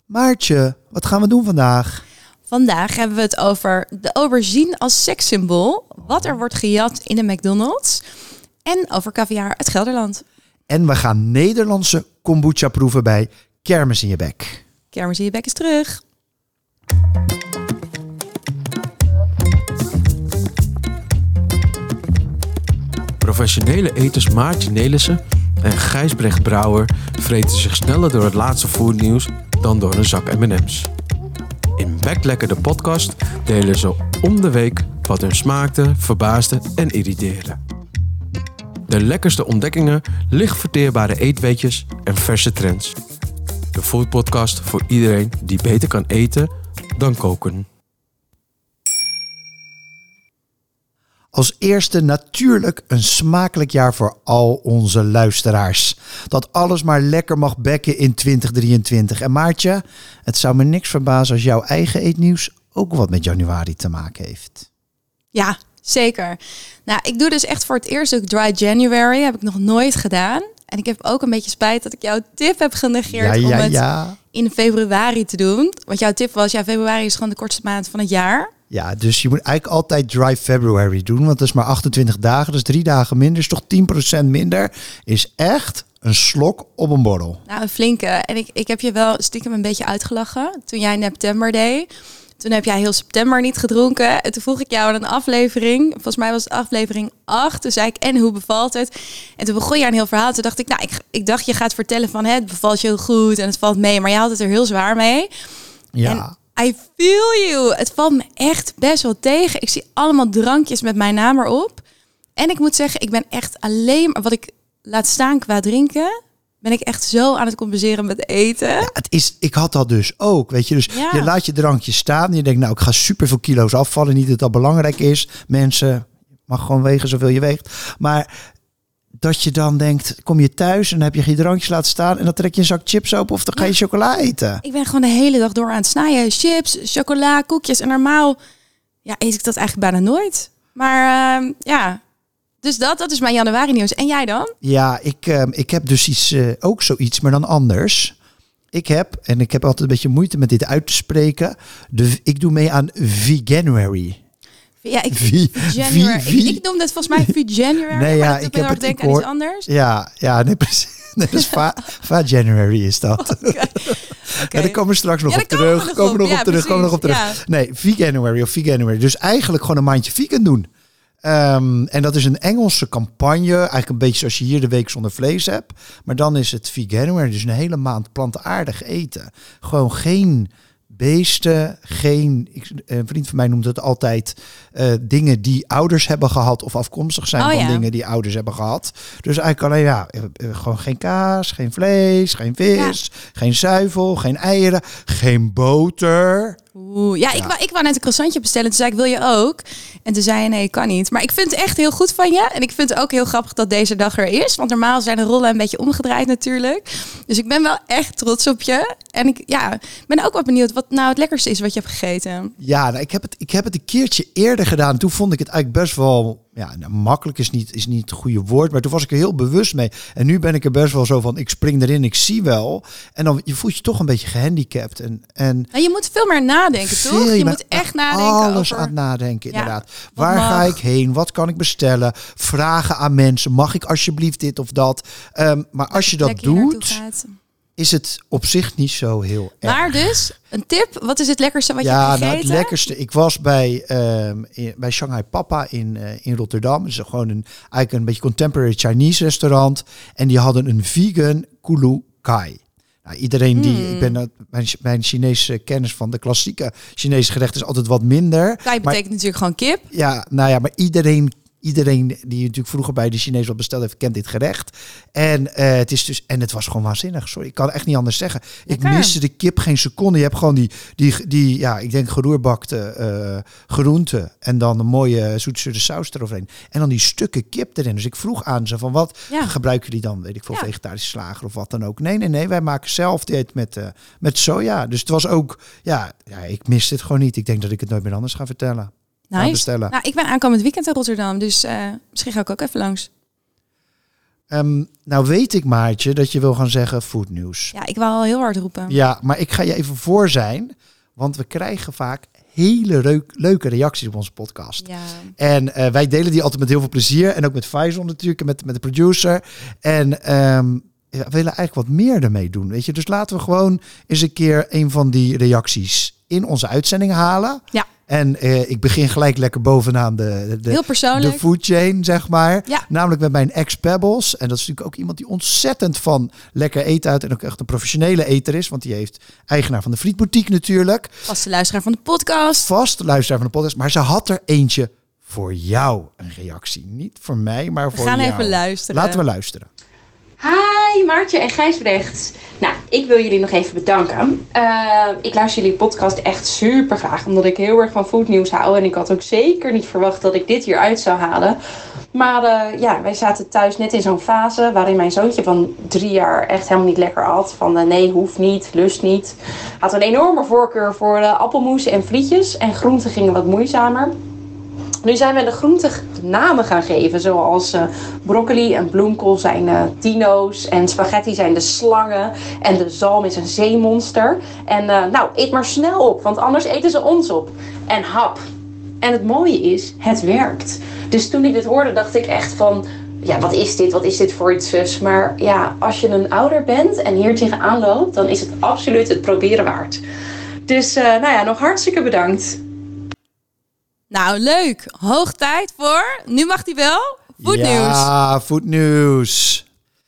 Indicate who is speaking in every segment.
Speaker 1: Maartje, wat gaan we doen vandaag?
Speaker 2: Vandaag hebben we het over de aubergine als sekssymbool, wat er wordt gejat in de McDonald's en over caviar uit Gelderland.
Speaker 1: En we gaan Nederlandse kombucha proeven bij Kermis in je bek.
Speaker 2: Kermis in je bek is terug.
Speaker 3: Professionele eters Maartje Nelissen en Gijsbrecht Brouwer vreten zich sneller door het laatste foodnieuws dan door een zak M&M's. In Beklekker de podcast delen ze om de week wat hun smaakte, verbaasde en irriteerde. De lekkerste ontdekkingen, licht verteerbare eetweetjes en verse trends. De foodpodcast voor iedereen die beter kan eten dan koken.
Speaker 1: Als eerste natuurlijk een smakelijk jaar voor al onze luisteraars. Dat alles maar lekker mag bekken in 2023. En Maartje, het zou me niks verbazen als jouw eigen eetnieuws ook wat met januari te maken heeft.
Speaker 2: Ja, zeker. Nou, ik doe dus echt voor het eerst ook Dry January. Heb ik nog nooit gedaan. En ik heb ook een beetje spijt dat ik jouw tip heb genegeerd om het in februari te doen. Want jouw tip was, februari is gewoon de kortste maand van het jaar.
Speaker 1: Ja, dus je moet eigenlijk altijd Dry February doen, want dat is maar 28 dagen, dus 3 dagen minder, is toch 10% minder. Is echt een slok op een borrel.
Speaker 2: Nou, een flinke. En ik heb je wel stiekem een beetje uitgelachen toen jij Neptember deed. Toen heb jij heel september niet gedronken. En toen vroeg ik jou in een aflevering, volgens mij was het aflevering 8. Toen zei ik, en hoe bevalt het? En toen begon je een heel verhaal. Toen dacht ik, ik dacht je gaat vertellen van, het bevalt je heel goed en het valt mee. Maar je had het er heel zwaar mee.
Speaker 1: Ja.
Speaker 2: En I feel you. Het valt me echt best wel tegen. Ik zie allemaal drankjes met mijn naam erop. En ik moet zeggen, ik ben echt alleen maar wat ik laat staan qua drinken, ben ik echt zo aan het compenseren met eten.
Speaker 1: Ja, ik had dat dus ook, weet je. Dus je laat je drankje staan en je denkt, nou, ik ga superveel kilo's afvallen. Niet dat dat belangrijk is. Mensen, mag gewoon wegen zoveel je weegt. Maar dat je dan denkt, kom je thuis en dan heb je geen drankjes laten staan en dan trek je een zak chips open of dan ga je chocola eten.
Speaker 2: Ik ben gewoon de hele dag door aan het snijden. Chips, chocola, koekjes. En normaal eet ik dat eigenlijk bijna nooit. Maar dus dat is mijn januari nieuws. En jij dan?
Speaker 1: Ja, ik heb dus ook zoiets, maar dan anders. Ik heb altijd een beetje moeite met dit uit te spreken. Ik doe mee aan Veganuary.
Speaker 2: Ja, ik noem dat volgens mij V-January.
Speaker 1: Nee, ja,
Speaker 2: ik heb denk aan iets anders.
Speaker 1: Ja, nee, precies. Nee, dat is Va-January is dat. Okay. Ja, daar komen we straks nog op terug. Komen we nog op terug. Ja. Nee, Veganuary of Veganuary. Dus eigenlijk gewoon een maandje vegan doen. En dat is een Engelse campagne. Eigenlijk een beetje zoals je hier de week zonder vlees hebt. Maar dan is het Veganuary. Dus een hele maand plantaardig eten. Gewoon geen beesten, een vriend van mij noemt het altijd dingen die ouders hebben gehad of afkomstig zijn van dingen die ouders hebben gehad. Dus eigenlijk alleen gewoon geen kaas, geen vlees, geen vis, geen zuivel, geen eieren, geen boter.
Speaker 2: Ik wou net een croissantje bestellen. Toen zei ik, wil je ook? En toen zei je, nee, ik kan niet. Maar ik vind het echt heel goed van je. En ik vind het ook heel grappig dat deze dag er is. Want normaal zijn de rollen een beetje omgedraaid natuurlijk. Dus ik ben wel echt trots op je. En ik ben ook wel benieuwd wat nou het lekkerste is wat je hebt gegeten.
Speaker 1: Ja, ik heb het een keertje eerder gedaan. Toen vond ik het eigenlijk best wel makkelijk is niet het goede woord, maar toen was ik er heel bewust mee. En nu ben ik er best wel zo van, ik spring erin, ik zie wel. En dan je voelt je toch een beetje gehandicapt. En
Speaker 2: je moet veel meer nadenken, toch? Je moet echt nadenken
Speaker 1: alles aan het nadenken, inderdaad. Waar ga ik heen? Wat kan ik bestellen? Vragen aan mensen. Mag ik alsjeblieft dit of dat? Maar als je dat doet, is het op zich niet zo heel erg.
Speaker 2: Maar dus, een tip, wat is het lekkerste wat je hebt gegeten?
Speaker 1: Nou, het lekkerste. Ik was bij Shanghai Papa in Rotterdam. Het is gewoon eigenlijk een beetje contemporary Chinese restaurant. En die hadden een vegan kulu kai. Nou, iedereen mijn Chinese kennis van de klassieke Chinese gerechten is altijd wat minder.
Speaker 2: Kai betekent natuurlijk gewoon kip.
Speaker 1: Ja, maar iedereen die natuurlijk vroeger bij de Chinees wat besteld heeft, kent dit gerecht. En het was gewoon waanzinnig. Sorry, ik kan echt niet anders zeggen. Lekker. Ik miste de kip geen seconde. Je hebt gewoon die ik denk geroerbakte groenten en dan een mooie zoetzure saus eroverheen. En dan die stukken kip erin. Dus ik vroeg aan ze van wat gebruiken jullie dan? Weet ik veel, vegetarische slager of wat dan ook. Nee, wij maken zelf dit met soja. Dus het was ook, ik mis dit gewoon niet. Ik denk dat ik het nooit meer anders ga vertellen.
Speaker 2: Nice. Nou, ik ben aankomend weekend in Rotterdam, dus misschien ga ik ook even langs.
Speaker 1: Nou weet ik, Maartje, dat je wil gaan zeggen foodnieuws.
Speaker 2: Ja, ik wou al heel hard roepen.
Speaker 1: Ja, maar ik ga je even voor zijn. Want we krijgen vaak hele leuke reacties op onze podcast.
Speaker 2: Ja.
Speaker 1: En wij delen die altijd met heel veel plezier. En ook met Faisal natuurlijk en met de producer. En we willen eigenlijk wat meer ermee doen. Weet je? Dus laten we gewoon eens een keer een van die reacties in onze uitzending halen.
Speaker 2: Ja.
Speaker 1: En ik begin gelijk lekker bovenaan
Speaker 2: heel persoonlijk.
Speaker 1: De food chain, zeg maar.
Speaker 2: Ja.
Speaker 1: Namelijk met mijn ex-Pebbles. En dat is natuurlijk ook iemand die ontzettend van lekker eten houdt. En ook echt een professionele eter is. Want die heeft eigenaar van de Frietboutique natuurlijk.
Speaker 2: Vaste luisteraar van de podcast.
Speaker 1: Vaste luisteraar van de podcast. Maar ze had er eentje voor jou, een reactie. Niet voor mij, maar voor jou.
Speaker 2: We gaan even luisteren.
Speaker 1: Laten we luisteren.
Speaker 4: Hi Maartje en Gijsbrecht. Nou, ik wil jullie nog even bedanken. Ik luister jullie podcast echt super graag, omdat ik heel erg van foodnieuws hou. En ik had ook zeker niet verwacht dat ik dit hier uit zou halen. Maar wij zaten thuis net in zo'n fase waarin mijn zoontje van 3 jaar echt helemaal niet lekker at. Van nee, hoeft niet, lust niet. Had een enorme voorkeur voor appelmoes en frietjes. En groenten gingen wat moeizamer. Nu zijn we de groenten namen gaan geven, zoals broccoli en bloemkool zijn dino's en spaghetti zijn de slangen en de zalm is een zeemonster. En eet maar snel op, want anders eten ze ons op. En hap. En het mooie is, het werkt. Dus toen ik dit hoorde, dacht ik echt van, ja, wat is dit? Wat is dit voor iets, zus? Maar ja, als je een ouder bent en hier tegenaan loopt, dan is het absoluut het proberen waard. Dus nog hartstikke bedankt.
Speaker 2: Nou, leuk. Hoog tijd voor... Nu mag die wel. Foodnieuws.
Speaker 1: Ja, foodnieuws.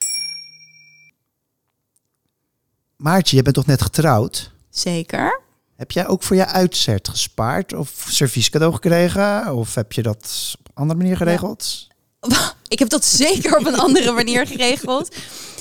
Speaker 1: Maartje, je bent toch net getrouwd?
Speaker 2: Zeker.
Speaker 1: Heb jij ook voor je uitzet gespaard? Of servies cadeau gekregen? Of heb je dat op een andere manier geregeld?
Speaker 2: Ja. Ik heb dat zeker op een andere manier geregeld.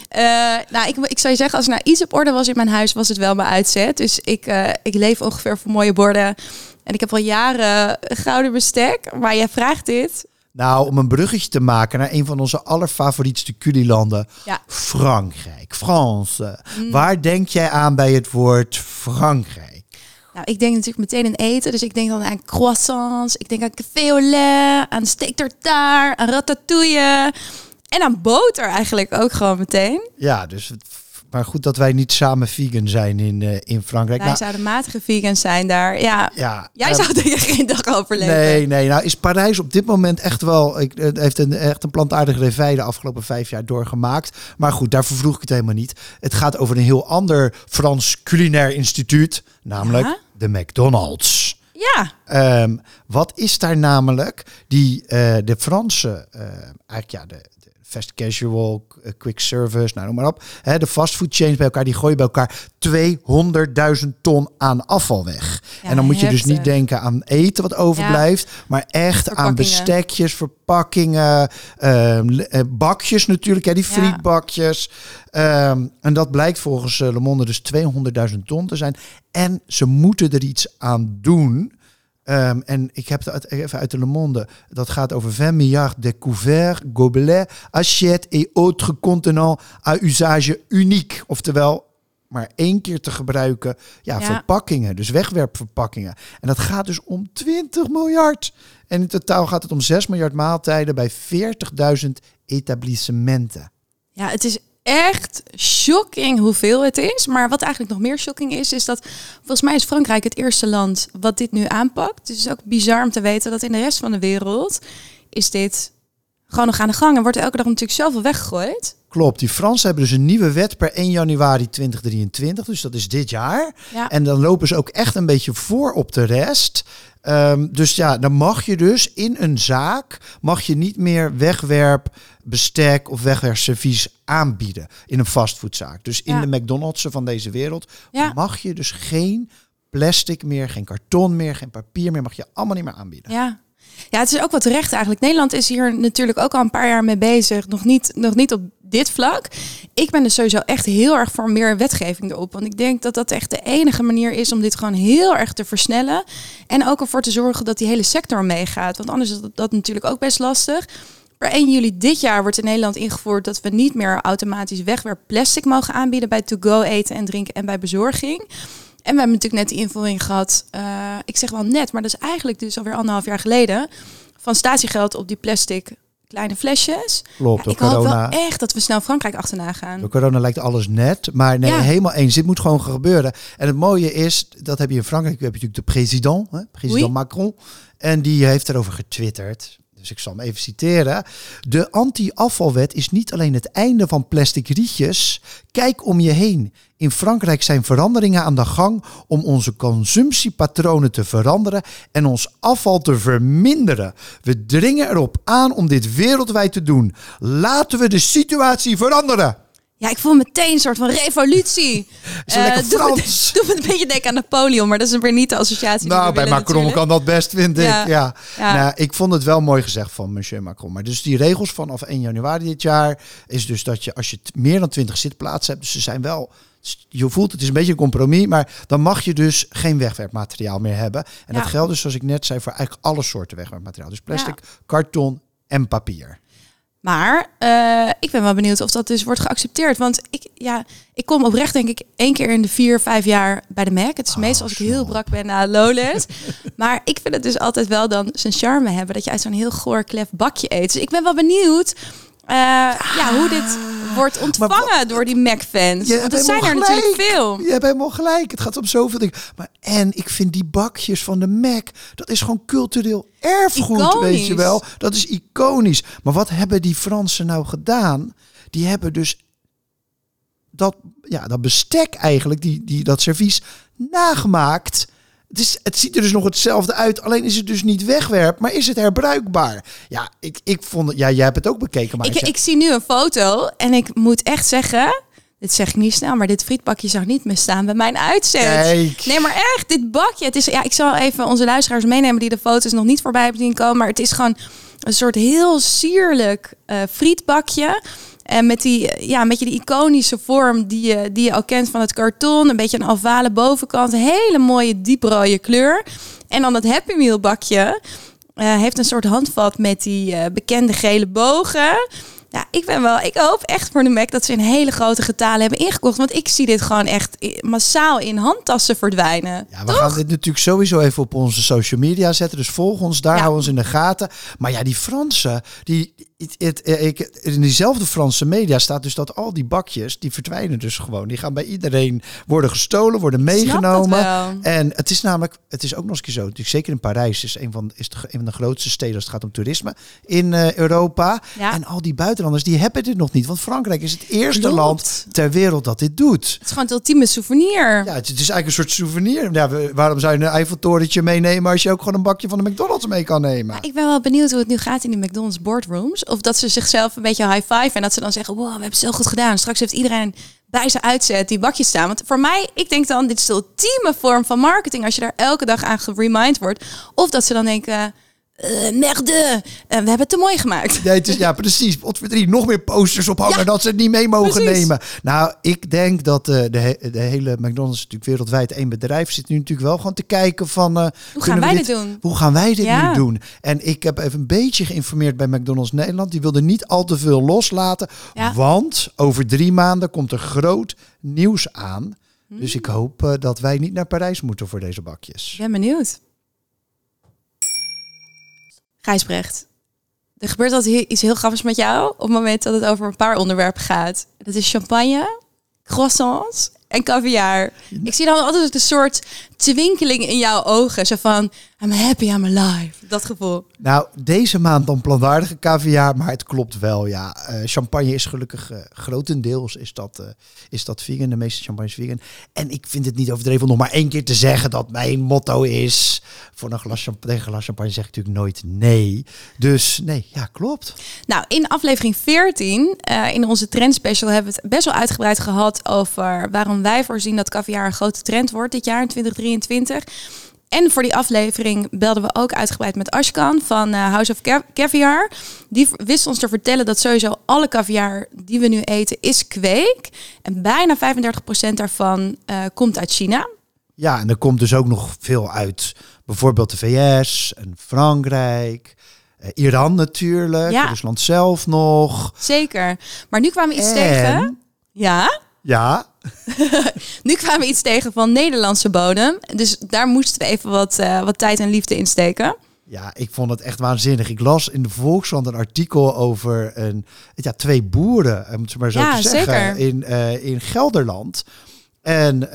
Speaker 2: Ik zou je zeggen, als er nou iets op orde was in mijn huis, was het wel mijn uitzet. Dus ik leef ongeveer voor mooie borden. En ik heb al jaren gouden bestek. Maar jij vraagt dit.
Speaker 1: Nou, om een bruggetje te maken naar een van onze allerfavorietste culinanden.
Speaker 2: Ja.
Speaker 1: Frankrijk, France. Waar denk jij aan bij het woord Frankrijk?
Speaker 2: Nou, ik denk natuurlijk meteen aan eten. Dus ik denk dan aan croissants. Ik denk aan café au lait, aan steak tartare, aan ratatouille. En aan boter eigenlijk ook gewoon meteen.
Speaker 1: Ja, dus... Maar goed dat wij niet samen vegan zijn in Frankrijk.
Speaker 2: Wij zouden matige vegans zijn daar. Ja. Jij zou denk ik geen dag overleven.
Speaker 1: Nee. Nou is Parijs op dit moment echt wel... Het heeft echt een plantaardige revij de afgelopen 5 jaar doorgemaakt. Maar goed, daar vervroeg ik het helemaal niet. Het gaat over een heel ander Frans culinair instituut. Namelijk de McDonald's.
Speaker 2: Ja.
Speaker 1: Wat is daar namelijk? De Franse... de fast casual, quick service, nou noem maar op. De fastfood chains bij elkaar, die gooien bij elkaar 200.000 ton aan afval weg. Ja, en dan moet je dus niet denken aan eten wat overblijft, maar echt aan bestekjes, verpakkingen, bakjes natuurlijk, die frietbakjes. En dat blijkt volgens Le Monde dus 200.000 ton te zijn. En ze moeten er iets aan doen. En ik heb het even uit de Le Monde. Dat gaat over 20 miljard de couverts, gobelets, assiettes et autres contenants à usage unique. Oftewel, maar 1 keer te gebruiken verpakkingen. Dus wegwerpverpakkingen. En dat gaat dus om 20 miljard. En in totaal gaat het om 6 miljard maaltijden bij 40.000 etablissementen.
Speaker 2: Ja, het is echt shocking hoeveel het is. Maar wat eigenlijk nog meer shocking is dat volgens mij is Frankrijk het eerste land wat dit nu aanpakt. Dus het is ook bizar om te weten dat in de rest van de wereld is dit gewoon nog aan de gang. En wordt er elke dag natuurlijk zoveel weggegooid.
Speaker 1: Klopt, die Fransen hebben dus een nieuwe wet per 1 januari 2023. Dus dat is dit jaar. Ja. En dan lopen ze ook echt een beetje voor op de rest. Dus ja, dan mag je dus in een zaak niet meer wegwerp, bestek of wegwerpservies aanbieden in een fastfoodzaak. Dus in de McDonald's van deze wereld mag je dus geen plastic meer, geen karton meer, geen papier meer, mag je allemaal niet meer aanbieden.
Speaker 2: Ja. Ja, het is ook wat terecht eigenlijk. Nederland is hier natuurlijk ook al een paar jaar mee bezig. Nog niet op dit vlak. Ik ben dus sowieso echt heel erg voor meer wetgeving erop. Want ik denk dat dat echt de enige manier is om dit gewoon heel erg te versnellen. En ook ervoor te zorgen dat die hele sector meegaat. Want anders is dat natuurlijk ook best lastig. Per 1 juli dit jaar wordt in Nederland ingevoerd dat we niet meer automatisch wegwerpplastic mogen aanbieden bij to-go eten en drinken en bij bezorging. En we hebben natuurlijk net die invoering gehad, ik zeg wel net, maar dat is eigenlijk dus alweer 1,5 jaar geleden, van statiegeld op die plastic kleine flesjes.
Speaker 1: Klopt,
Speaker 2: Ik hoop wel echt dat we snel Frankrijk achterna gaan.
Speaker 1: Door corona lijkt alles net. Maar nee, helemaal eens. Dit moet gewoon gebeuren. En het mooie is, dat heb je in Frankrijk. Heb je natuurlijk de president Macron. En die heeft erover getwitterd. Dus ik zal hem even citeren. De anti-afvalwet is niet alleen het einde van plastic rietjes. Kijk om je heen. In Frankrijk zijn veranderingen aan de gang om onze consumptiepatronen te veranderen en ons afval te verminderen. We dringen erop aan om dit wereldwijd te doen. Laten we de situatie veranderen.
Speaker 2: Ja, ik voel meteen een soort van revolutie.
Speaker 1: Frans.
Speaker 2: Doe me een beetje denken aan Napoleon, maar dat is weer niet de associatie.
Speaker 1: Nou, bij Macron natuurlijk. Kan dat best, vind ik. Ja.
Speaker 2: Ja.
Speaker 1: Nou, ik vond het wel mooi gezegd van monsieur Macron. Maar dus die regels vanaf 1 januari dit jaar is dus dat je als je meer dan 20 zitplaatsen hebt, dus ze zijn wel. Je voelt het is een beetje een compromis, maar dan mag je dus geen wegwerpmateriaal meer hebben. En dat geldt dus, zoals ik net zei, voor eigenlijk alle soorten wegwerpmateriaal. Dus plastic, karton en papier.
Speaker 2: Maar ik ben wel benieuwd of dat dus wordt geaccepteerd. Want ik kom oprecht denk ik 1 keer in de 4-5 jaar bij de Mac. Het is meestal als ik heel brak ben na Lowlands. Maar ik vind het dus altijd wel dan zijn charme hebben dat je uit zo'n heel goor klef bakje eet. Dus ik ben wel benieuwd hoe dit wordt ontvangen door die Mac-fans. Want het zijn er natuurlijk veel.
Speaker 1: Je hebt helemaal gelijk. Het gaat om zoveel dingen. En ik vind die bakjes van de Mac, dat is gewoon cultureel erfgoed, iconisch. Weet je wel. Dat is iconisch. Maar wat hebben die Fransen nou gedaan? Die hebben dus dat bestek eigenlijk, dat servies, nagemaakt. Het ziet er dus nog hetzelfde uit, alleen is het dus niet wegwerp, maar is het herbruikbaar? Ja, ik vond het. Ja, jij hebt het ook bekeken, maar
Speaker 2: ik zie nu een foto en ik moet echt zeggen, dit zeg ik niet snel, maar dit frietbakje zag niet meer staan bij mijn uitzet.
Speaker 1: Kijk.
Speaker 2: Nee, maar echt, dit bakje, het is. Ik zal even onze luisteraars meenemen die de foto's nog niet voorbij hebben zien komen, maar het is gewoon een soort heel sierlijk frietbakje. En met die iconische vorm die je al kent van het karton. Een beetje een ovale bovenkant. Een hele mooie dieprode kleur. En dan het Happy Meal bakje. Heeft een soort handvat met die bekende gele bogen. Ja, ik hoop echt voor de Mac dat ze in hele grote getalen hebben ingekocht. Want ik zie dit gewoon echt massaal in handtassen verdwijnen.
Speaker 1: Ja, we gaan dit natuurlijk sowieso even op onze social media zetten. Dus volg ons, daar houden we ons in de gaten. Maar ja, die Fransen, in diezelfde Franse media staat dus dat al die bakjes, die verdwijnen dus gewoon. Die gaan bij iedereen worden gestolen, worden meegenomen. En het is ook nog eens een keer zo. Natuurlijk, zeker in Parijs is een van de grootste steden als het gaat om toerisme in Europa. Ja. En al die buitenlanders, die hebben dit nog niet. Want Frankrijk is het eerste land ter wereld dat dit doet.
Speaker 2: Het is gewoon het ultieme souvenir.
Speaker 1: Ja, het is eigenlijk een soort souvenir. Ja, waarom zou je een Eiffeltorentje meenemen als je ook gewoon een bakje van de McDonald's mee kan nemen?
Speaker 2: Maar ik ben wel benieuwd hoe het nu gaat in die McDonald's boardrooms. Of dat ze zichzelf een beetje high-five en dat ze dan zeggen, wow, we hebben het zo goed gedaan. Straks heeft iedereen bij zijn uitzet die bakjes staan. Want voor mij, ik denk dan, dit is de ultieme vorm van marketing als je daar elke dag aan geremind wordt. Of dat ze dan denken, merde, we hebben het te mooi gemaakt.
Speaker 1: Nee, het is, ja, precies. Nog meer posters ophangen dat ze het niet mee mogen nemen. Nou, ik denk dat de hele McDonald's natuurlijk wereldwijd één bedrijf zit nu natuurlijk wel gewoon te kijken van
Speaker 2: hoe gaan wij dit doen?
Speaker 1: Hoe gaan wij dit nu doen? En ik heb even een beetje geïnformeerd bij McDonald's Nederland. Die wilde niet al te veel loslaten, want over 3 maanden komt er groot nieuws aan. Dus ik hoop dat wij niet naar Parijs moeten voor deze bakjes.
Speaker 2: Ik ben benieuwd. Gijsbrecht, er gebeurt altijd iets heel grappigs met jou op het moment dat het over een paar onderwerpen gaat. Dat is champagne, croissants en caviar. Ik zie dan altijd een soort twinkeling in jouw ogen. Zo van, I'm happy, I'm alive. Dat gevoel.
Speaker 1: Nou, deze maand dan plantaardige caviar, maar het klopt wel, ja. Champagne is gelukkig grotendeels is dat vegan. De meeste champagne is vegan. En ik vind het niet overdreven om nog maar 1 keer te zeggen dat mijn motto is, voor een glas champagne zeg ik natuurlijk nooit nee. Dus nee, ja, klopt.
Speaker 2: Nou, in aflevering 14, in onze trendspecial, hebben we het best wel uitgebreid gehad over waarom wij voorzien dat caviar een grote trend wordt dit jaar in 2023. En voor die aflevering belden we ook uitgebreid met Ashkan van House of Caviar. Die wist ons te vertellen dat sowieso alle caviar die we nu eten is kweek. En bijna 35% daarvan komt uit China.
Speaker 1: Ja, en er komt dus ook nog veel uit bijvoorbeeld de VS en Frankrijk, Iran natuurlijk, Rusland zelf nog.
Speaker 2: Zeker. Maar nu kwamen we iets tegen. Ja?
Speaker 1: Ja.
Speaker 2: Nu kwamen we iets tegen van Nederlandse bodem. Dus daar moesten we even wat tijd en liefde in steken.
Speaker 1: Ja, ik vond het echt waanzinnig. Ik las in de Volkskrant een artikel over 2 boeren, moet je maar zo te zeggen, in Gelderland. En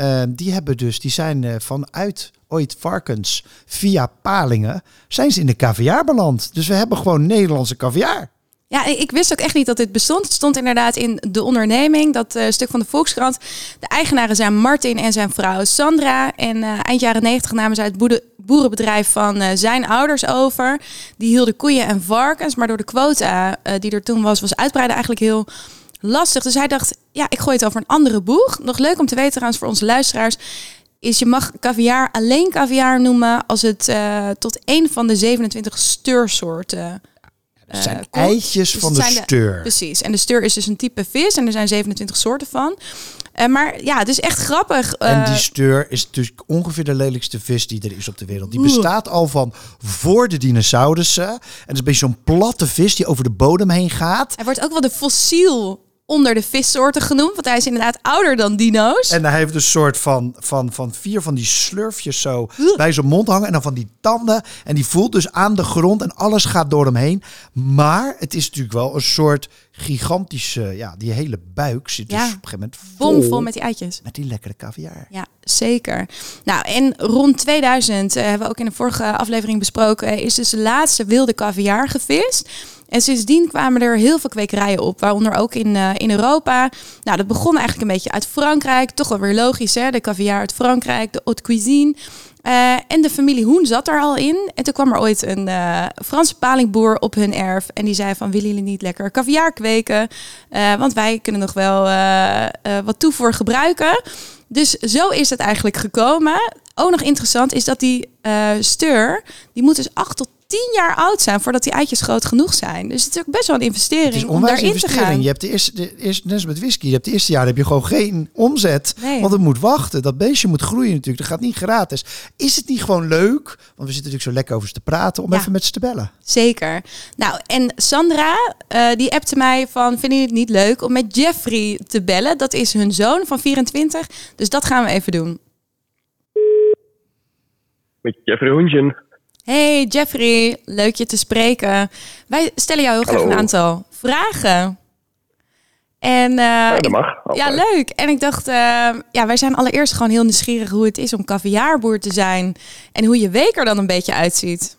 Speaker 1: die zijn vanuit ooit varkens via Palingen zijn ze in de caviar beland. Dus we hebben gewoon Nederlandse caviar.
Speaker 2: Ja, ik wist ook echt niet dat dit bestond. Het stond inderdaad in De Onderneming, dat stuk van de Volkskrant. De eigenaren zijn Martin en zijn vrouw Sandra. En eind jaren 90 namen zij het boerenbedrijf van zijn ouders over. Die hielden koeien en varkens, maar door de quota die er toen was uitbreiden eigenlijk heel lastig. Dus hij dacht, ik gooi het over een andere boeg. Nog leuk om te weten trouwens voor onze luisteraars, is je mag caviar alleen caviar noemen als het tot 1 van de 27 steursoorten
Speaker 1: het zijn eitjes van de steur.
Speaker 2: Precies. En de steur is dus een type vis. En er zijn 27 soorten van. Maar het is echt grappig.
Speaker 1: En die steur is natuurlijk ongeveer de lelijkste vis die er is op de wereld. Die bestaat al van voor de dinosaurussen. En dat is een beetje zo'n platte vis die over de bodem heen gaat.
Speaker 2: Hij wordt ook wel de fossiel onder de vissoorten genoemd. Want hij is inderdaad ouder dan dino's.
Speaker 1: En hij heeft een soort van 4 van die slurfjes zo bij zijn mond hangen. En dan van die tanden. En die voelt dus aan de grond. En alles gaat door hem heen. Maar het is natuurlijk wel een soort gigantische... die hele buik zit dus op een gegeven moment
Speaker 2: vol met die eitjes.
Speaker 1: Met die lekkere caviar.
Speaker 2: Ja, zeker. Nou, en rond 2000, hebben we ook in de vorige aflevering besproken, is dus de laatste wilde caviar gevist. En sindsdien kwamen er heel veel kwekerijen op, waaronder ook in Europa. Nou, dat begon eigenlijk een beetje uit Frankrijk. Toch wel weer logisch, hè? De caviar uit Frankrijk, de haute cuisine. En de familie Hoen zat daar al in. En toen kwam er ooit een Franse palingboer op hun erf. En die zei van, willen jullie niet lekker caviar kweken? Want wij kunnen nog wel wat toevoer gebruiken. Dus zo is het eigenlijk gekomen. Ook nog interessant is dat die steur, die moet dus 8 tot 10 jaar oud zijn voordat die eitjes groot genoeg zijn. Dus het is ook best wel een investering om daarin te gaan.
Speaker 1: Je hebt de eerste, net als met whisky, je hebt de eerste jaar heb je gewoon geen omzet.
Speaker 2: Nee.
Speaker 1: Want het moet wachten. Dat beestje moet groeien natuurlijk. Dat gaat niet gratis. Is het niet gewoon leuk? Want we zitten natuurlijk zo lekker over ze te praten om even met ze te bellen.
Speaker 2: Zeker. Nou, en Sandra, die appte mij van, vinden jullie het niet leuk om met Jeffrey te bellen? Dat is hun zoon van 24. Dus dat gaan we even doen.
Speaker 5: Met Jeffrey Hoentjen.
Speaker 2: Hey Jeffrey, leuk je te spreken. Wij stellen jou heel graag een aantal vragen. En,
Speaker 5: dat mag.
Speaker 2: Ja, leuk. En ik dacht, wij zijn allereerst gewoon heel nieuwsgierig hoe het is om caviarboer te zijn. En hoe je week er dan een beetje uitziet.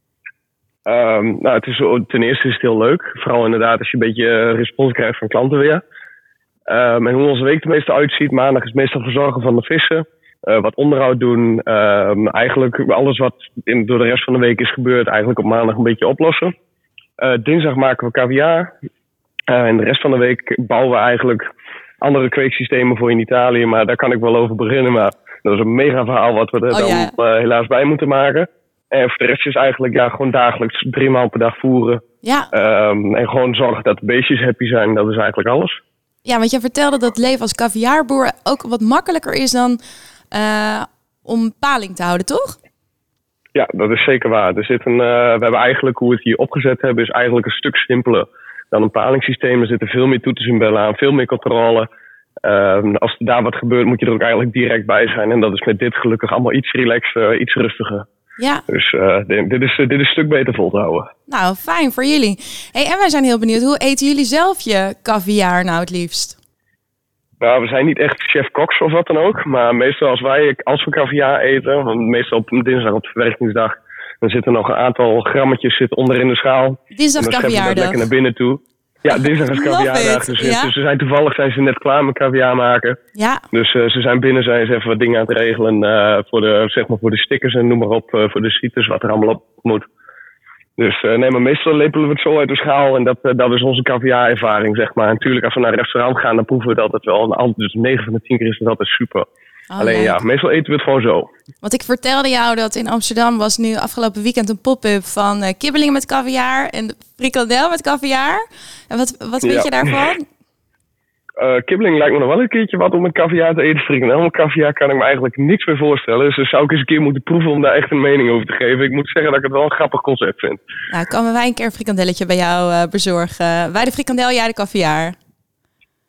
Speaker 5: Het is, ten eerste is het heel leuk. Vooral inderdaad als je een beetje respons krijgt van klanten weer. En hoe onze week er meestal uitziet. Maandag is meestal verzorgen van de vissen. Wat onderhoud doen. Eigenlijk alles wat door de rest van de week is gebeurd, eigenlijk op maandag een beetje oplossen. Dinsdag maken we caviar. En de rest van de week bouwen we eigenlijk andere kweeksystemen voor in Italië. Maar daar kan ik wel over beginnen. Maar dat is een mega verhaal wat we er helaas bij moeten maken. En voor de rest is eigenlijk gewoon dagelijks 3 maal per dag voeren.
Speaker 2: Ja.
Speaker 5: En gewoon zorgen dat de beestjes happy zijn. Dat is eigenlijk alles.
Speaker 2: Ja, want je vertelde dat het leven als caviarboer ook wat makkelijker is dan om paling te houden, toch?
Speaker 5: Ja, dat is zeker waar. We hebben eigenlijk, hoe we het hier opgezet hebben, is eigenlijk een stuk simpeler dan een palingssysteem. Er zitten veel meer toetsen en bellen aan, veel meer controle. Als er daar wat gebeurt, moet je er ook eigenlijk direct bij zijn. En dat is met dit gelukkig allemaal iets relaxter, iets rustiger.
Speaker 2: Ja.
Speaker 5: Dus dit is een stuk beter vol te houden.
Speaker 2: Nou, fijn voor jullie. Hey, en wij zijn heel benieuwd, hoe eten jullie zelf je caviar nou het liefst?
Speaker 5: Nou, we zijn niet echt chef-koks of wat dan ook. Maar meestal als we caviar eten, want meestal op dinsdag op de verwerkingsdag, dan zitten nog een aantal grammetjes onder in de schaal.
Speaker 2: Dinsdag caviardag.
Speaker 5: Lekker naar binnen toe. Ja, dinsdag is caviardag. Dus toevallig ze net klaar met caviar maken. Ja. Dus ze zijn binnen, zijn ze even wat dingen aan het regelen voor de stickers en noem maar op, voor de schieters, wat er allemaal op moet. Dus maar meestal lepelen we het zo uit de schaal en dat is onze caviar-ervaring, zeg maar. En natuurlijk, als we naar een restaurant gaan, dan proeven we het altijd wel. Dus 9 van de 10 keer is het altijd super. Alleen meestal eten we het gewoon zo.
Speaker 2: Want ik vertelde jou dat in Amsterdam was nu afgelopen weekend een pop-up van kibbeling met caviar en frikandel met caviar. En wat vind je daarvan?
Speaker 5: Kibbeling lijkt me nog wel een keertje wat om met caviar te eten. Frikandel met caviar kan ik me eigenlijk niks meer voorstellen. Dus dat zou ik eens een keer moeten proeven om daar echt een mening over te geven. Ik moet zeggen dat ik het wel een grappig concept vind.
Speaker 2: Nou, komen wij een keer een frikandelletje bij jou bezorgen. Wij de frikandel, jij de caviar.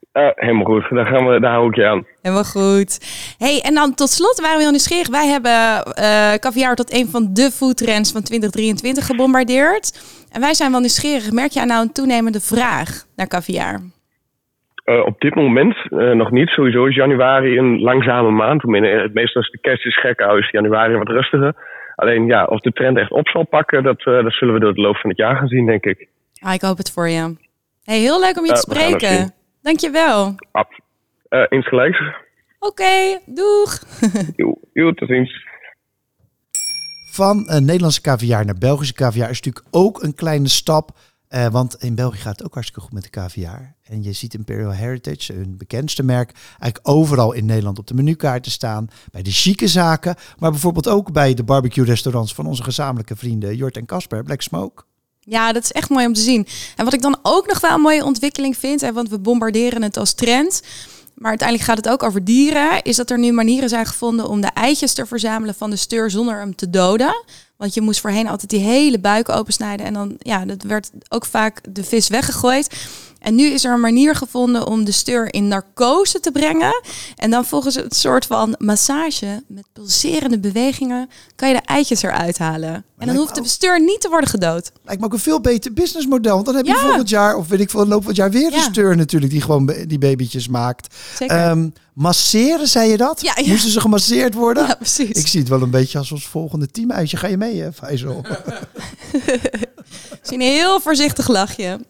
Speaker 5: Helemaal goed, daar hou ik je aan.
Speaker 2: Helemaal goed. Hey, en dan tot slot waren we heel nieuwsgierig. Wij hebben caviar tot een van de foodtrends van 2023 gebombardeerd. En wij zijn wel nieuwsgierig. Merk je nou een toenemende vraag naar caviar?
Speaker 5: Op dit moment nog niet. Sowieso is januari een langzame maand. Meestal is de kerst is gek, is januari wat rustiger. Alleen of de trend echt op zal pakken, dat zullen we door de loop van het jaar gaan zien, denk ik.
Speaker 2: Ik hoop het voor je. Hey, heel leuk om je te spreken. Dankjewel.
Speaker 5: Insgelijks.
Speaker 2: Oké, doeg.
Speaker 5: Jo, tot ziens.
Speaker 1: Van Nederlandse caviar naar Belgische caviar is natuurlijk ook een kleine stap. Want in België gaat het ook hartstikke goed met de caviar. En je ziet Imperial Heritage, hun bekendste merk, eigenlijk overal in Nederland op de menukaarten staan. Bij de chique zaken, maar bijvoorbeeld ook bij de barbecue restaurants van onze gezamenlijke vrienden Jort en Casper, Black Smoke.
Speaker 2: Ja, dat is echt mooi om te zien. En wat ik dan ook nog wel een mooie ontwikkeling vind, want we bombarderen het als trend, maar uiteindelijk gaat het ook over dieren, is dat er nu manieren zijn gevonden om de eitjes te verzamelen van de steur zonder hem te doden. Want je moest voorheen altijd die hele buik opensnijden en dan, dat werd ook vaak de vis weggegooid. En nu is er een manier gevonden om de steur in narcose te brengen. En dan volgens een soort van massage met pulserende bewegingen kan je de eitjes eruit halen. En dan hoeft de steur niet te worden gedood.
Speaker 1: Lijkt me ook een veel beter businessmodel. Want dan heb je volgend jaar, of weet ik veel, loop van het jaar weer een steur natuurlijk die gewoon die babytjes maakt.
Speaker 2: Zeker.
Speaker 1: Masseren, zei je dat?
Speaker 2: Ja.
Speaker 1: Moesten ze gemasseerd worden?
Speaker 2: Ja, precies.
Speaker 1: Ik zie het wel een beetje als ons volgende teamuitje. Ga je mee, Faisal?
Speaker 2: Ik zie een heel voorzichtig lachje.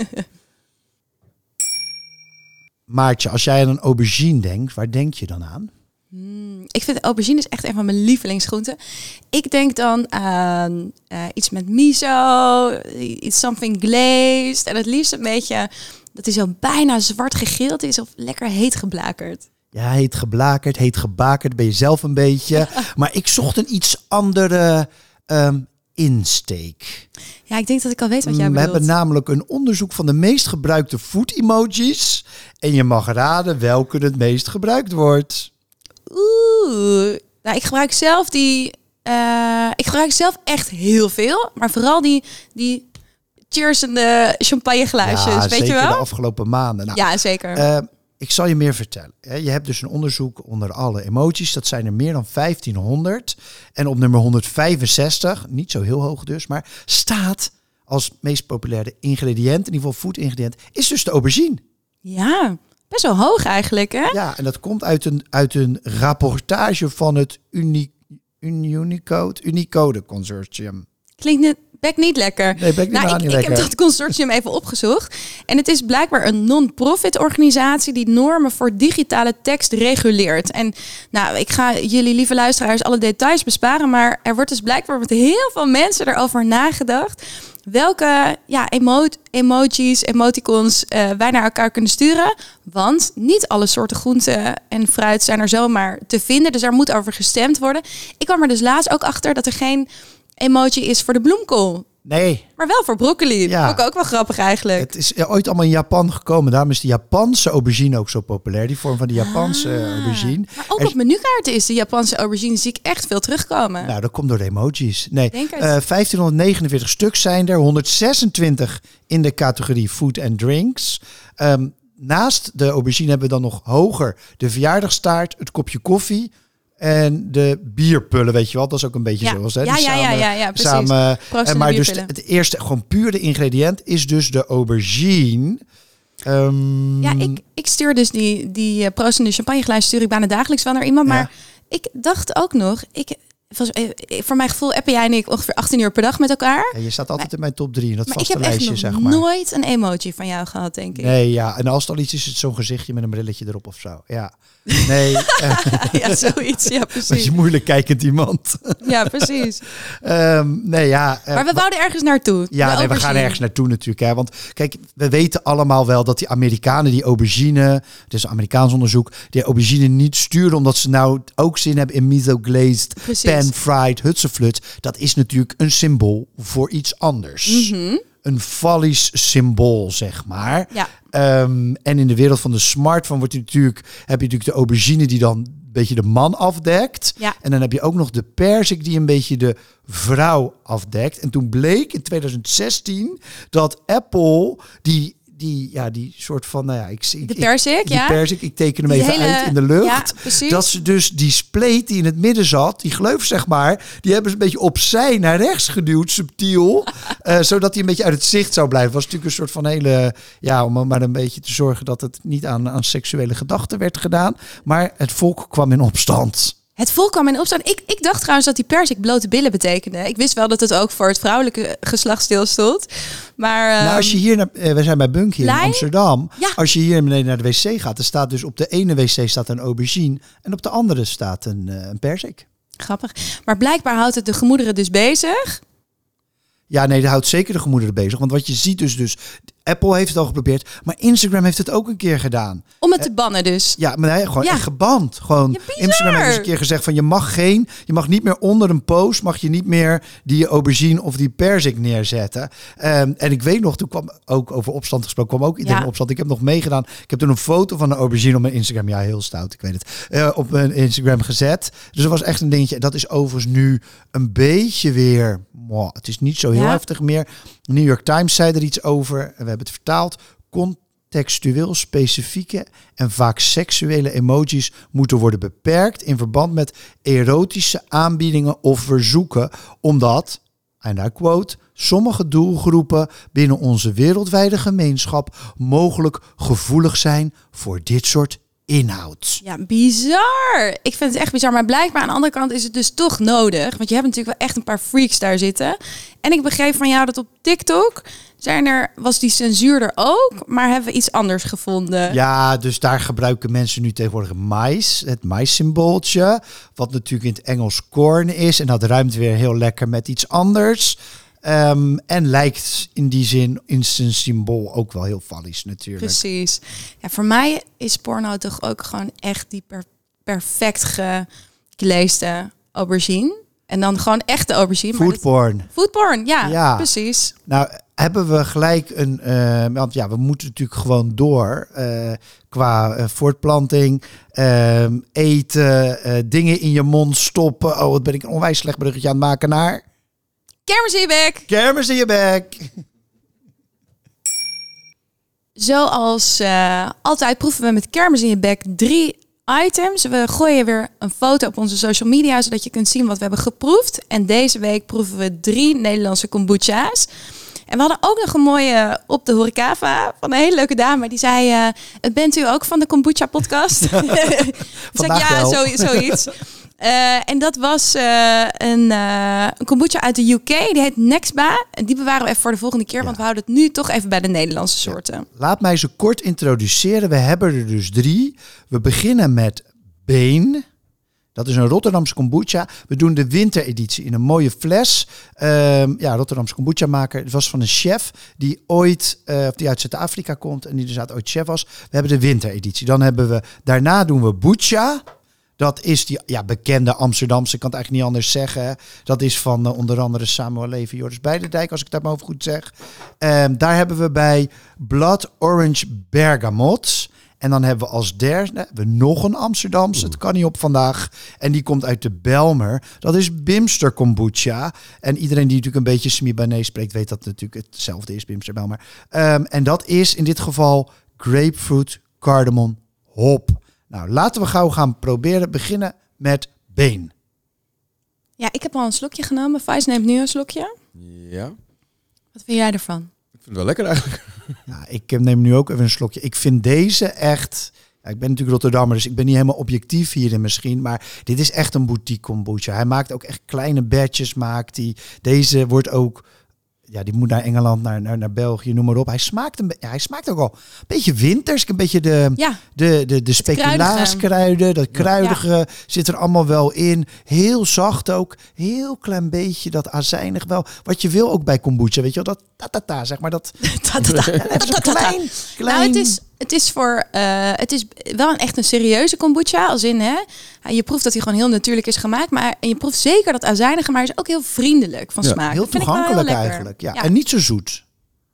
Speaker 1: Maartje, als jij aan een aubergine denkt, waar denk je dan aan?
Speaker 2: Ik vind aubergine is echt een van mijn lievelingsgroenten. Ik denk dan aan iets met miso, iets something glazed. En het liefst een beetje dat hij zo bijna zwart gegeeld is of lekker heet geblakerd.
Speaker 1: Ja, heet geblakerd, heet gebakerd, ben je zelf een beetje. Maar ik zocht een iets andere insteek.
Speaker 2: Ja, ik denk dat ik al weet wat jij bedoelt.
Speaker 1: We hebben namelijk een onderzoek van de meest gebruikte food emojis. En je mag raden welke het meest gebruikt wordt.
Speaker 2: Nou, ik gebruik zelf echt heel veel. Maar vooral die cheersende champagneglaasjes, weet je wel?
Speaker 1: De afgelopen maanden. Nou,
Speaker 2: ja, zeker.
Speaker 1: Ik zal je meer vertellen. Je hebt dus een onderzoek onder alle emojis. Dat zijn er meer dan 1500. En op nummer 165, niet zo heel hoog dus, maar staat als meest populaire ingrediënt, in ieder geval food ingrediënt, is dus de aubergine.
Speaker 2: Ja, best wel hoog eigenlijk, hè?
Speaker 1: Ja, en dat komt uit een rapportage van het Unicode Consortium.
Speaker 2: Klinkt niet lekker.
Speaker 1: Nee, niet lekker.
Speaker 2: Ik heb dat consortium even opgezocht. En het is blijkbaar een non-profit organisatie die normen voor digitale tekst reguleert. En ik ga jullie lieve luisteraars alle details besparen, maar er wordt dus blijkbaar met heel veel mensen erover nagedacht welke emojis, emoticons wij naar elkaar kunnen sturen. Want niet alle soorten groenten en fruit zijn er zomaar te vinden. Dus daar moet over gestemd worden. Ik kwam er dus laatst ook achter dat er geen emoji is voor de bloemkool.
Speaker 1: Nee.
Speaker 2: Maar wel voor broccoli. Ja. Vond ik ook wel grappig eigenlijk.
Speaker 1: Het is ooit allemaal in Japan gekomen. Daarom is de Japanse aubergine ook zo populair. Die vorm van de Japanse aubergine.
Speaker 2: Maar ook op menukaarten is de Japanse aubergine, zie ik echt veel terugkomen.
Speaker 1: Nou, dat komt door de emojis. Nee, 1549 stuks zijn er. 126 in de categorie food and drinks. Naast de aubergine hebben we dan nog hoger de verjaardagstaart, het kopje koffie en de bierpullen, weet je wel. Dat is ook een beetje zoals. Hè?
Speaker 2: Ja, precies.
Speaker 1: Samen, maar dus het eerste, gewoon puur de ingrediënt is dus de aubergine.
Speaker 2: Ik stuur dus die proostende champagneglazen stuur ik bijna dagelijks wel naar iemand. Maar ik dacht ook nog, voor mijn gevoel appen jij en ik ongeveer 18 uur per dag met elkaar.
Speaker 1: Ja, je staat altijd in mijn top 3 in dat vaste
Speaker 2: lijstje,
Speaker 1: zeg maar.
Speaker 2: Ik heb echt nog nooit een emoji van jou gehad, denk ik.
Speaker 1: Nee, ja. En als het al iets is het zo'n gezichtje met een brilletje erop of zo. Ja. Nee.
Speaker 2: Ja, zoiets. Ja, precies.
Speaker 1: Dat is moeilijk kijkend iemand.
Speaker 2: Ja, precies.
Speaker 1: Maar
Speaker 2: we wouden ergens naartoe.
Speaker 1: Ja, we gaan ergens naartoe natuurlijk. Hè. Want kijk, we weten allemaal wel dat die Amerikanen die aubergine, het is een Amerikaans onderzoek, die aubergine niet sturen omdat ze nou ook zin hebben in miso-glazed, pan-fried hutsenflut. Dat is natuurlijk een symbool voor iets anders.
Speaker 2: Mm-hmm.
Speaker 1: Een fallisch symbool, zeg maar.
Speaker 2: Ja.
Speaker 1: En in de wereld van de smartphone heb je natuurlijk de aubergine die dan een beetje de man afdekt.
Speaker 2: Ja.
Speaker 1: En dan heb je ook nog de perzik die een beetje de vrouw afdekt. En toen bleek in 2016 dat Apple die soort van,
Speaker 2: de perzik,
Speaker 1: die perzik, ik teken hem even uit in de lucht.
Speaker 2: Ja,
Speaker 1: dat ze dus die spleet die in het midden zat, die gleuf zeg maar, die hebben ze een beetje opzij naar rechts geduwd, subtiel, zodat hij een beetje uit het zicht zou blijven. Was natuurlijk een soort van hele, om maar een beetje te zorgen dat het niet aan seksuele gedachten werd gedaan. Maar het volk kwam in opstand.
Speaker 2: Het volk kwam in opstand. Ik dacht trouwens dat die perzik blote billen betekende. Ik wist wel dat het ook voor het vrouwelijke geslachtsdeel stond. Maar
Speaker 1: als je hier we zijn bij Bunk hier in Amsterdam.
Speaker 2: Ja.
Speaker 1: Als je hier beneden naar de wc gaat, er staat dus op de ene wc staat een aubergine en op de andere staat een perzik.
Speaker 2: Grappig. Maar blijkbaar houdt het de gemoederen dus bezig.
Speaker 1: Ja, nee, dat houdt zeker de gemoederen bezig. Want wat je ziet dus Apple heeft het al geprobeerd, maar Instagram heeft het ook een keer gedaan.
Speaker 2: Om het te bannen dus.
Speaker 1: Ja, maar hij gewoon echt geband. Gewoon
Speaker 2: Ja,
Speaker 1: Instagram heeft eens een keer gezegd van je mag niet meer onder een post, mag je niet meer die aubergine of die perzik neerzetten. En ik weet nog, toen kwam ook over opstand gesproken, kwam ook iedereen in opstand. Ik heb nog meegedaan. Ik heb toen een foto van een aubergine op mijn Instagram, ja heel stout, ik weet het, op mijn Instagram gezet. Dus dat was echt een dingetje. Dat is overigens nu een beetje weer, het is niet zo heel heftig meer. New York Times zei er iets over. We hebben het vertaald. Contextueel specifieke en vaak seksuele emojis moeten worden beperkt in verband met erotische aanbiedingen of verzoeken, omdat, en I quote, sommige doelgroepen binnen onze wereldwijde gemeenschap mogelijk gevoelig zijn voor dit soort inhoud.
Speaker 2: Ja, bizar. Ik vind het echt bizar. Maar blijkbaar aan de andere kant is het dus toch nodig. Want je hebt natuurlijk wel echt een paar freaks daar zitten. En ik begreep van jou dat op TikTok was die censuur er ook, maar hebben we iets anders gevonden.
Speaker 1: Ja, dus daar gebruiken mensen nu tegenwoordig het mais-symbooltje. Wat natuurlijk in het Engels corn is. En dat ruimt weer heel lekker met iets anders. En lijkt in die zin in zijn symbool ook wel heel fallisch natuurlijk.
Speaker 2: Precies. Ja, voor mij is porno toch ook gewoon echt die perfect gekleesde aubergine. En dan gewoon echte aubergine.
Speaker 1: Foodporn.
Speaker 2: Foodporn, ja, precies.
Speaker 1: Nou, hebben we gelijk want we moeten natuurlijk gewoon door qua voortplanting, eten, dingen in je mond stoppen. Oh, wat ben ik een onwijs slecht bruggetje aan het maken naar...
Speaker 2: Kermis in je bek.
Speaker 1: Kermis in je bek.
Speaker 2: Zoals altijd proeven we met Kermis in je bek 3 items. We gooien weer een foto op onze social media, zodat je kunt zien wat we hebben geproefd. En deze week proeven we 3 Nederlandse kombucha's. En we hadden ook nog een mooie op de Horecava van een hele leuke dame. Die zei, bent u ook van de Kombucha podcast? Zoiets. En dat was een kombucha uit de UK. Die heet Nexba. En die bewaren we even voor de volgende keer. Want we houden het nu toch even bij de Nederlandse soorten. Ja.
Speaker 1: Laat mij ze kort introduceren. We hebben er dus 3. We beginnen met Been. Dat is een Rotterdamse kombucha. We doen de wintereditie in een mooie fles. Rotterdamse kombucha maker. Het was van een chef die die uit Zuid-Afrika komt. En die dus ooit chef was. We hebben de wintereditie. Daarna doen we Bucha. Dat is die bekende Amsterdamse, ik kan het eigenlijk niet anders zeggen. Dat is van onder andere Samuel Levy, Joris Beidendijk, als ik dat maar over goed zeg. Daar hebben we bij Blood Orange Bergamot. En dan hebben we als derde nog een Amsterdamse. Het kan niet op vandaag. En die komt uit de Belmer. Dat is Bimster Kombucha. En iedereen die natuurlijk een beetje Semi-Banees spreekt, weet dat het natuurlijk hetzelfde is, Bimster Belmer. En dat is in dit geval grapefruit, cardamom, hop. Nou, laten we gauw gaan proberen. Beginnen met Been.
Speaker 2: Ja, ik heb al een slokje genomen. Vijs neemt nu een slokje.
Speaker 3: Ja.
Speaker 2: Wat vind jij ervan?
Speaker 3: Ik vind het wel lekker eigenlijk.
Speaker 1: Ja, ik neem nu ook even een slokje. Ik vind deze echt... Ja, ik ben natuurlijk Rotterdammer, dus ik ben niet helemaal objectief hierin misschien. Maar dit is echt een boutique kombucha. Hij maakt ook echt kleine batches. Deze wordt ook... Ja, die moet naar Engeland, naar België, noem maar op. Hij smaakt ook al een beetje winters. Een beetje de speculaaskruiden. Dat kruidige zit er allemaal wel in. Heel zacht ook. Heel klein beetje dat azijnig wel. Wat je wil ook bij kombucha, weet je wel. Dat zeg maar. Dat klein.
Speaker 2: Nou, het is wel echt een serieuze kombucha. Als in, je proeft dat hij gewoon heel natuurlijk is gemaakt. Maar je proeft zeker dat azijnige, maar hij is ook heel vriendelijk van smaak.
Speaker 1: Heel toegankelijk eigenlijk. Ja. En niet zo zoet.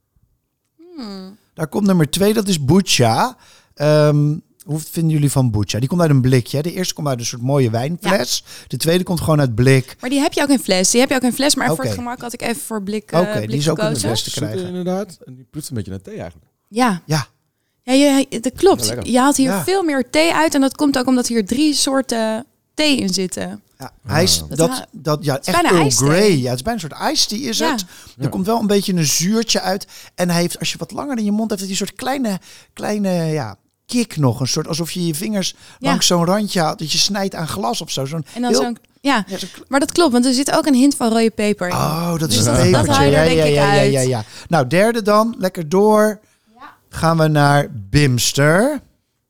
Speaker 1: Daar komt nummer 2, dat is Bucha. Hoe vinden jullie van Bucha? Die komt uit een blikje. De eerste komt uit een soort mooie wijnfles. Ja. De tweede komt gewoon uit blik.
Speaker 2: Maar die heb je ook in fles. Maar voor het gemak had ik even voor blik
Speaker 1: die is ook in de fles te krijgen.
Speaker 3: Inderdaad. En die proeft een beetje naar thee eigenlijk.
Speaker 2: Ja.
Speaker 1: Ja.
Speaker 2: Ja, dat klopt.
Speaker 3: Ja,
Speaker 2: je haalt hier veel meer thee uit. En dat komt ook omdat hier 3 soorten thee in zitten.
Speaker 1: Ja, hij is echt Earl Grey. Ja, het is bijna een soort iced tea is het. Er komt wel een beetje een zuurtje uit. En hij heeft, als je wat langer in je mond hebt, heeft hij een soort kleine kick nog. Een soort alsof je je vingers langs zo'n randje haalt. Dat je snijdt aan glas of zo.
Speaker 2: En dan maar dat klopt, want er zit ook een hint van rode peper in.
Speaker 1: Oh, dat is een pepertje. Ja. Nou, derde dan. Lekker door. Ja. Gaan we naar Bimster.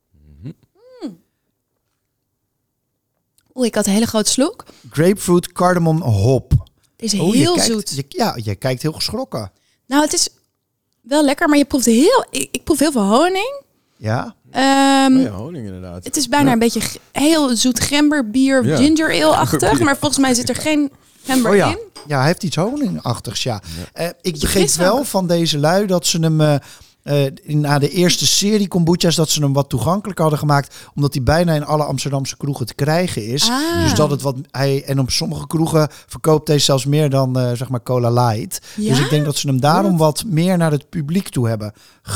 Speaker 2: Ik had een hele grote slok.
Speaker 1: Grapefruit cardamom hop.
Speaker 2: Het is heel zoet.
Speaker 1: Je kijkt heel geschrokken.
Speaker 2: Nou, het is wel lekker, maar je proeft ik proef heel veel honing.
Speaker 1: Ja.
Speaker 3: Honing inderdaad.
Speaker 2: Het is bijna een beetje heel zoet gemberbier, ginger ale-achtig. Maar volgens mij zit er geen gember in.
Speaker 1: Ja, hij heeft iets honingachtigs, ik begreep wel van deze lui dat ze hem... na de eerste serie kombucha's dat ze hem wat toegankelijker hadden gemaakt, omdat hij bijna in alle Amsterdamse kroegen te krijgen is. Dus dat het en op sommige kroegen verkoopt hij zelfs meer dan zeg maar Cola Light. Ja? Dus ik denk dat ze hem daarom wat meer naar het publiek toe hebben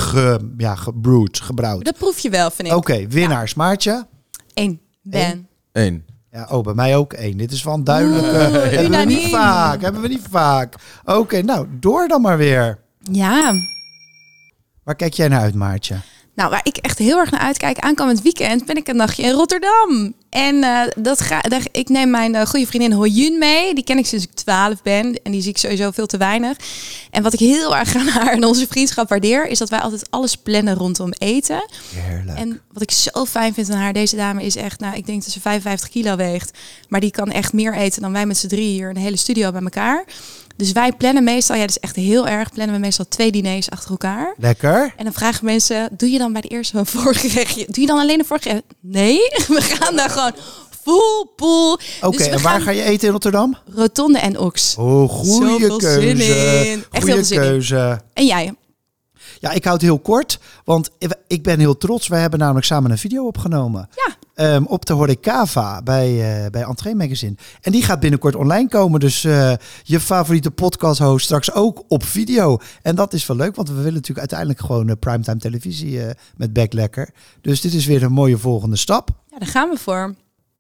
Speaker 1: gebrouwd. Dat
Speaker 2: proef je wel, vind ik.
Speaker 1: Oké, winnaars. Maartje?
Speaker 2: 1. Ben.
Speaker 3: 1.
Speaker 1: Ja, bij mij ook 1. Dit is wel duidelijk. Hebben we niet vaak. Oké, nou, door dan maar weer. Ja. Waar kijk jij naar uit, Maartje?
Speaker 2: Nou, waar ik echt heel erg naar uitkijk, aankomend weekend ben ik een nachtje in Rotterdam. En ik neem mijn goede vriendin Hoyun mee. Die ken ik sinds ik 12 ben. En die zie ik sowieso veel te weinig. En wat ik heel erg aan haar en onze vriendschap waardeer, is dat wij altijd alles plannen rondom eten.
Speaker 1: Heerlijk.
Speaker 2: En wat ik zo fijn vind aan haar, deze dame is echt, ik denk dat ze 55 kilo weegt. Maar die kan echt meer eten dan wij met z'n 3 hier in de hele studio bij elkaar. Dus wij plannen meestal, dat is echt heel erg, plannen we meestal 2 diners achter elkaar.
Speaker 1: Lekker.
Speaker 2: En dan vragen mensen, doe je dan bij de eerste een voorgerechtje? Doe je dan alleen een voorgerecht? Nee, we gaan daar gewoon full pool.
Speaker 1: Oké, en waar ga je eten in Rotterdam?
Speaker 2: Rotonde en Ox.
Speaker 1: Oh, goede keuze.
Speaker 2: Goede keuze. En jij?
Speaker 1: Ja, ik houd het heel kort, want ik ben heel trots. Wij hebben namelijk samen een video opgenomen.
Speaker 2: Ja.
Speaker 1: Op de Horecava bij Entree Magazine. En die gaat binnenkort online komen. Dus je favoriete podcast-host straks ook op video. En dat is wel leuk, want we willen natuurlijk uiteindelijk gewoon primetime televisie met Back Lekker. Dus dit is weer een mooie volgende stap.
Speaker 2: Ja, daar gaan we voor.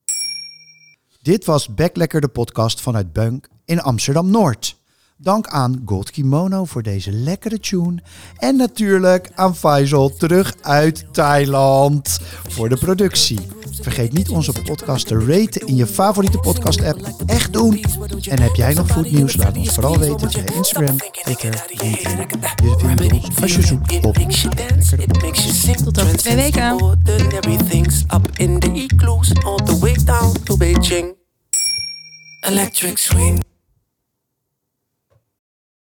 Speaker 1: Dit was Back Lekker, de podcast vanuit Beunk in Amsterdam-Noord. Dank aan Gold Kimono voor deze lekkere tune. En natuurlijk aan Faisal terug uit Thailand voor de productie. Vergeet niet onze podcast te raten in je favoriete podcast app. Echt doen. En heb jij nog foodnieuws? Laat ons vooral weten via Instagram, Twitter, LinkedIn. Je vindt ons als je zoekt op.
Speaker 2: Tot over 2 weken.
Speaker 6: Electric swing.